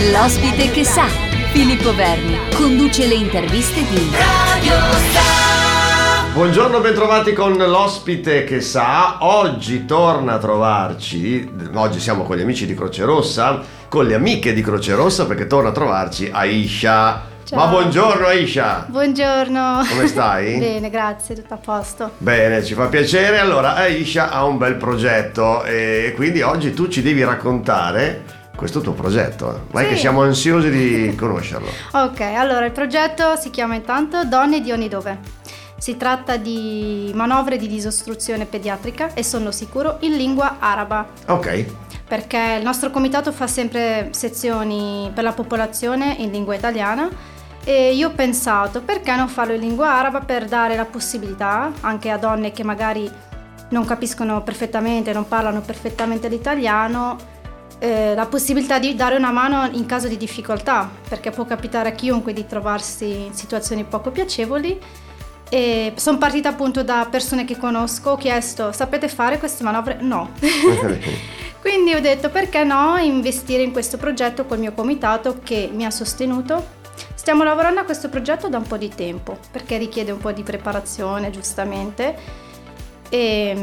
L'ospite che sa. Filippo Verni conduce le interviste di Radio Star. Buongiorno, bentrovati con l'ospite che sa. Oggi torna a trovarci, oggi siamo con gli amici di Croce Rossa, con le amiche di Croce Rossa, perché torna a trovarci Aisha. Ciao. Ma buongiorno Aisha. Buongiorno. Come stai? Bene, grazie, tutto a posto. Bene, ci fa piacere. Allora, Aisha ha un bel progetto e quindi oggi tu ci devi raccontare questo tuo progetto. Vai, Sì. che siamo ansiosi di conoscerlo. Ok, allora il progetto si chiama intanto Donne di ogni dove. Si tratta di manovre di disostruzione pediatrica e sono sicuro in lingua araba. Ok. Perché il nostro comitato fa sempre sezioni per la popolazione in lingua italiana e io ho pensato perché non farlo in lingua araba per dare la possibilità anche a donne che magari non capiscono perfettamente, non parlano perfettamente l'italiano, la possibilità di dare una mano in caso di difficoltà, perché può capitare a chiunque di trovarsi in situazioni poco piacevoli. E sono partita appunto da persone che conosco, ho chiesto: sapete fare queste manovre? No. Quindi ho detto perché no investire in questo progetto col mio comitato che mi ha sostenuto. Stiamo lavorando a questo progetto da un po' di tempo perché richiede un po' di preparazione, giustamente. E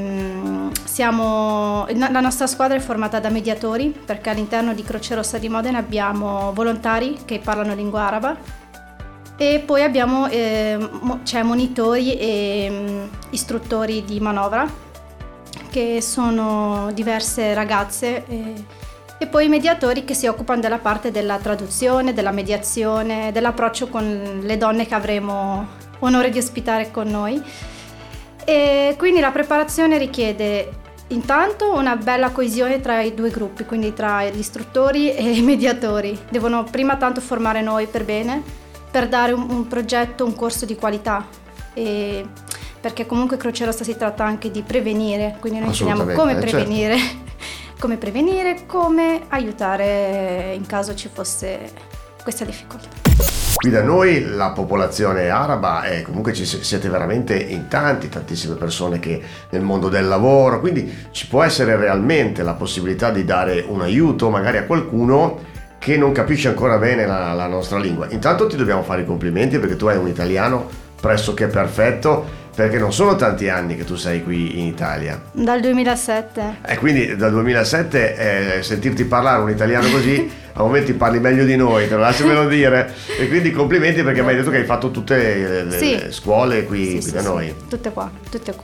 la nostra squadra è formata da mediatori, perché all'interno di Croce Rossa di Modena abbiamo volontari che parlano lingua araba e poi abbiamo monitori e istruttori di manovra, che sono diverse ragazze, e poi i mediatori che si occupano della parte della traduzione, della mediazione, dell'approccio con le donne che avremo onore di ospitare con noi. E quindi la preparazione richiede intanto una bella coesione tra i due gruppi, quindi tra gli istruttori e i mediatori. Devono prima tanto formare noi per bene, per dare un progetto, un corso di qualità. Perché comunque Croce Rossa si tratta anche di prevenire, quindi noi insegniamo come prevenire, come prevenire, come aiutare in caso ci fosse questa difficoltà. Qui da noi la popolazione araba è comunque siete veramente in tantissime persone che nel mondo del lavoro, quindi ci può essere realmente la possibilità di dare un aiuto magari a qualcuno che non capisce ancora bene la nostra lingua. Intanto ti dobbiamo fare i complimenti perché tu hai un italiano pressoché perfetto, perché non sono tanti anni che tu sei qui in Italia. Dal 2007. E quindi dal 2007 sentirti parlare un italiano così, a momenti parli meglio di noi, te lo lasciamelo dire. E quindi complimenti perché mi hai detto che hai fatto tutte le scuole qui da noi. Tutte qua.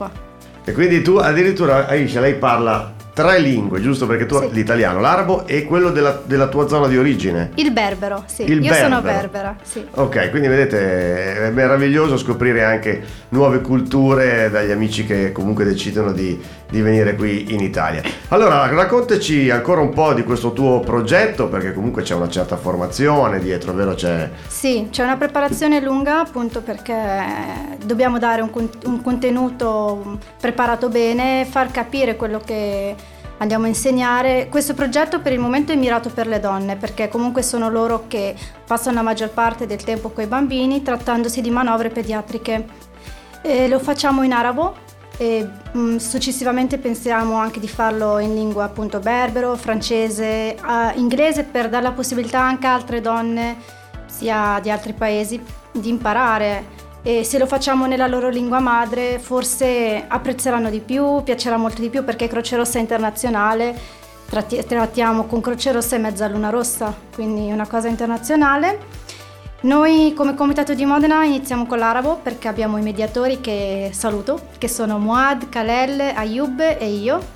E quindi tu addirittura, Aisha, lei parla 3 lingue, giusto? Perché tu l'italiano, l'arabo e quello della tua zona di origine. Il berbero, sì. Io sono berbera, sì. Ok, quindi vedete, è meraviglioso scoprire anche nuove culture dagli amici che comunque decidono di venire qui in Italia. Allora, raccontaci ancora un po' di questo tuo progetto, perché comunque c'è una certa formazione dietro, vero? Sì, c'è una preparazione lunga, appunto perché dobbiamo dare un contenuto preparato bene, far capire quello che andiamo a insegnare. Questo progetto per il momento è mirato per le donne, perché comunque sono loro che passano la maggior parte del tempo con i bambini, trattandosi di manovre pediatriche. Lo facciamo in arabo e successivamente pensiamo anche di farlo in lingua appunto berbero, francese, inglese, per dare la possibilità anche a altre donne, sia di altri paesi, di imparare. E se lo facciamo nella loro lingua madre forse apprezzeranno di più, piacerà molto di più, perché Croce Rossa è internazionale, trattiamo con Croce Rossa e Mezza Luna Rossa, quindi è una cosa internazionale. Noi come Comitato di Modena iniziamo con l'arabo perché abbiamo i mediatori che saluto, che sono Muad, Kalel, Ayub e io.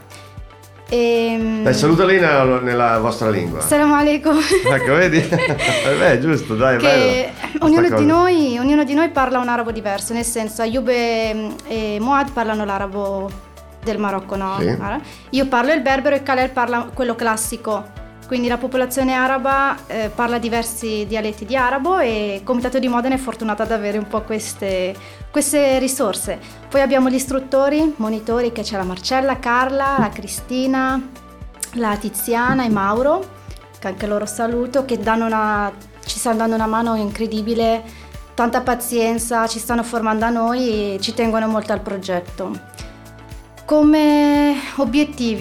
Dai, salutali nella vostra lingua. Salam alaikum. Ecco, vedi? Giusto, dai, che ognuno di noi parla un arabo diverso, nel senso Ayub e Muad parlano l'arabo del Marocco, no? Sì. Io parlo il berbero e Kalel parla quello classico. Quindi la popolazione araba parla diversi dialetti di arabo e il Comitato di Modena è fortunato ad avere un po' queste risorse. Poi abbiamo gli istruttori, monitori, che c'è la Marcella, Carla, la Cristina, la Tiziana e Mauro, che anche loro saluto, che ci stanno dando una mano incredibile, tanta pazienza, ci stanno formando a noi e ci tengono molto al progetto. Come obiettivi,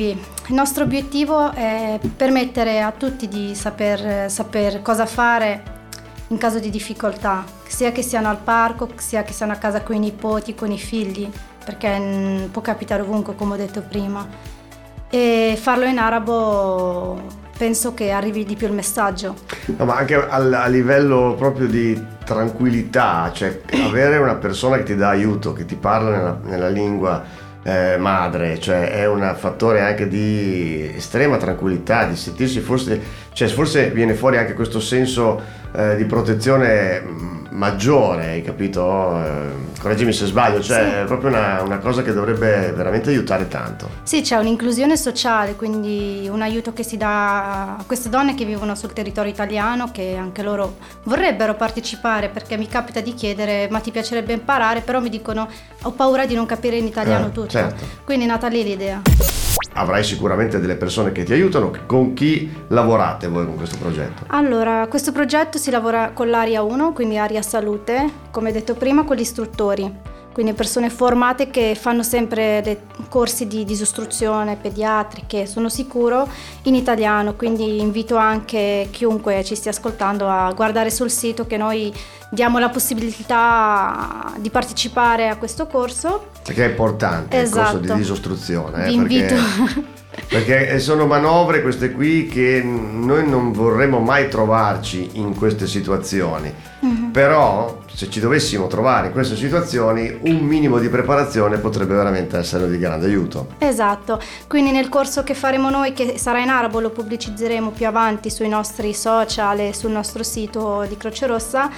il nostro obiettivo è permettere a tutti di saper cosa fare in caso di difficoltà, sia che siano al parco, sia che siano a casa con i nipoti, con i figli, perché può capitare ovunque, come ho detto prima. E farlo in arabo penso che arrivi di più il messaggio. No, ma anche a livello proprio di tranquillità, cioè avere una persona che ti dà aiuto, che ti parla nella lingua madre, cioè è un fattore anche di estrema tranquillità, di sentirsi forse viene fuori anche questo senso di protezione maggiore, hai capito? Correggimi se sbaglio, cioè sì. È proprio una cosa che dovrebbe veramente aiutare tanto. Sì, c'è un'inclusione sociale, quindi un aiuto che si dà a queste donne che vivono sul territorio italiano, che anche loro vorrebbero partecipare, perché mi capita di chiedere ma ti piacerebbe imparare, però mi dicono ho paura di non capire in italiano tutto, certo. Quindi è nata lì l'idea. Avrai sicuramente delle persone che ti aiutano. Con chi lavorate voi con questo progetto? Allora, questo progetto si lavora con l'Area 1, quindi Area Salute, come detto prima, con gli istruttori, quindi persone formate che fanno sempre dei corsi di disostruzione pediatriche, sono sicuro, in italiano, quindi invito anche chiunque ci stia ascoltando a guardare sul sito che noi diamo la possibilità di partecipare a questo corso. Perché è importante, esatto. Il corso di disostruzione. Vi invito. Perché sono manovre queste qui che noi non vorremmo mai trovarci in queste situazioni. Però se ci dovessimo trovare in queste situazioni, un minimo di preparazione potrebbe veramente essere di grande aiuto. Esatto, quindi nel corso che faremo noi, che sarà in arabo, lo pubblicizzeremo più avanti sui nostri social e sul nostro sito di Croce Rossa.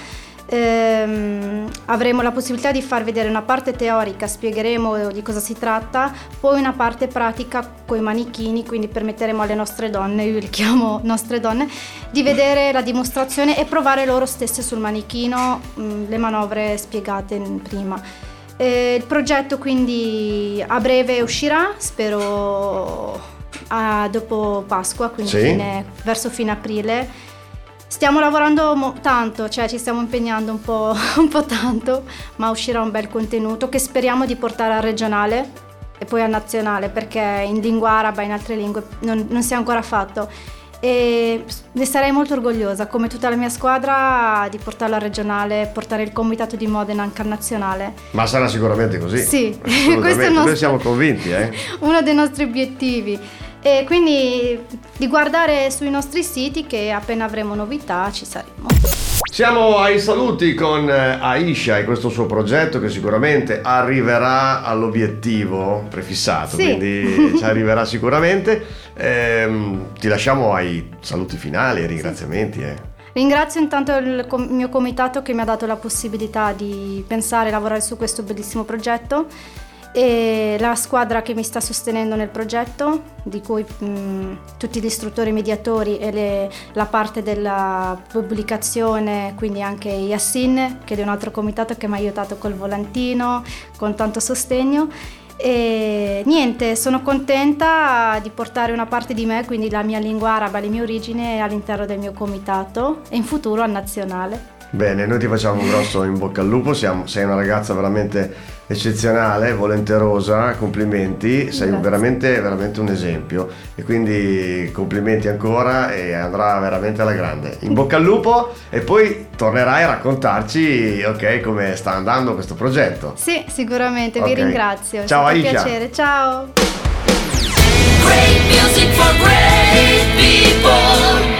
Avremo la possibilità di far vedere una parte teorica, spiegheremo di cosa si tratta, poi una parte pratica con i manichini, quindi permetteremo alle nostre donne, io li chiamo nostre donne, di vedere la dimostrazione e provare loro stesse sul manichino le manovre spiegate prima. Il progetto quindi a breve uscirà, spero dopo Pasqua, quindi sì. Verso fine aprile. Stiamo lavorando tanto, cioè ci stiamo impegnando un po' tanto, ma uscirà un bel contenuto che speriamo di portare al regionale e poi al nazionale, perché in lingua araba e in altre lingue non si è ancora fatto. E ne sarei molto orgogliosa, come tutta la mia squadra, di portarlo al regionale, portare il comitato di Modena anche al nazionale. Ma sarà sicuramente così. Sì, questo è noi siamo convinti. Uno dei nostri obiettivi. E quindi di guardare sui nostri siti che appena avremo novità ci saremo. Siamo ai saluti con Aisha e questo suo progetto che sicuramente arriverà all'obiettivo prefissato, sì. Quindi ci arriverà sicuramente. Ti lasciamo ai saluti finali e ringraziamenti. Sì. Ringrazio intanto il mio comitato che mi ha dato la possibilità di pensare e lavorare su questo bellissimo progetto, e la squadra che mi sta sostenendo nel progetto, di cui tutti gli istruttori mediatori e la parte della pubblicazione, quindi anche Yassin, che è un altro comitato che mi ha aiutato col volantino, con tanto sostegno. E niente, sono contenta di portare una parte di me, quindi la mia lingua araba, le mie origini, all'interno del mio comitato e in futuro al nazionale. Bene, noi ti facciamo un grosso in bocca al lupo, sei una ragazza veramente eccezionale, volenterosa, complimenti, sei veramente un esempio e quindi complimenti ancora e andrà veramente alla grande. In bocca al lupo e poi tornerai a raccontarci come sta andando questo progetto. Sì, sicuramente, vi ringrazio. Ciao Aisha. È stato un piacere, ciao. Great music for great people.